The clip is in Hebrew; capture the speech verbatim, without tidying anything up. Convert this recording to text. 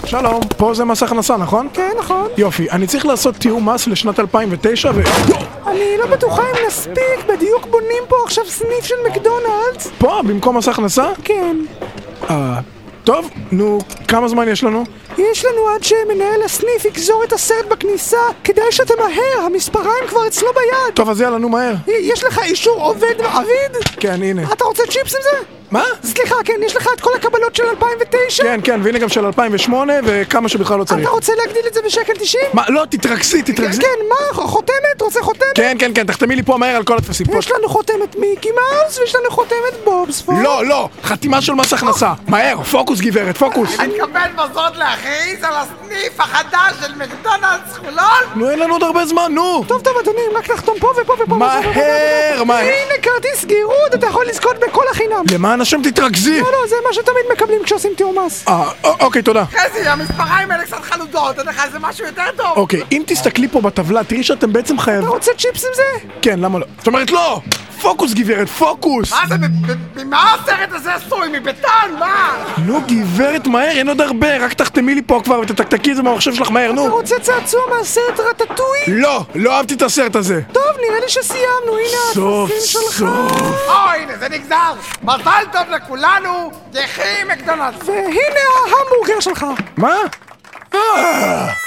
שלום, פה זה מס הכנסה, נכון? כן, נכון. יופי, אני צריך לעשות תיאום מס לשנת אלפיים ותשע ו... אני לא בטוחה אם נספיק, בדיוק בונים פה עכשיו סניף של מקדונלדס. פה, במקום מס הכנסה? כן. אה... טוב, נו, כמה זמן יש לנו? יש לנו עד שמנהל הסניף יגזור את הסרט בכניסה. כדאי שתמהר, המספריים כבר אצלו ביד. טוב, אז יאללה, נו מהר. יש לך אישור עובד מעביד? כן, הנה. אתה רוצה צ'יפס עם זה? מה? סליחה, כן, יש לך את כל הקבלות של אלפיים ותשע? כן, כן, והנה גם של אלפיים ושמונה וכמה שבכלל לא צריך. אתה רוצה להגדיל את זה בשקל תשעים? מה? לא, תתרכזי, תתרכזי. כן, מה? חותמת? רוצה חותמת? כן, כן, כן, תחתמי לי פה מהר על כל התפסים. יש לנו חותמת מיקי מאוס ויש לנו חותמת בובספורד. לא, לא, חתימה של מס הכנסה. מהר, פוקוס גברת, פוקוס. אני מתכוון בזאת להכריז על הסניף החדש של מקדונלדס חולון? נו, אין לנו עוד הרבה זמן, נו. טוב, טוב, אדוני, רק לחתום פה ופה ופה. מהר, מהר. הנה כרטיס גירוד, אתה יכול לזכות בכל החינם. למען השם תתרכזי. לא, לא, זה מה שתמיד מקבלים כשעושים תיאום מס. אה, אוקיי, תודה. חזי, המספריים האלה קצת חלודות, אין לך איזה משהו יותר טוב? אוקיי, אם תסתכלי פה בטבלה, תראי שאתם בעצם חייבים... אתה רוצה צ'יפס עם זה? כן, למה לא? זאת אומרת לא! פוקוס גברת, פוקוס! מה זה, ממה הסרט הזה עשוי? מבטן, מה? נו גברת, מהר, אין עוד הרבה, רק תחתמי לי פה כבר ותתקתקי את זה מהמחשב שלך מהר, נו! אתה רוצה צעצוע מהסרט רטטוי? לא, לא אהבתי את הסרט הזה! טוב, נראה לי שסיימנו, הנה סוף, הטפסים שלך. סוף! או, הנה, זה נגזר! מזל טוב לכולנו, יחי מקדונלדס! והנה ההמבורגר שלך. מה? אה!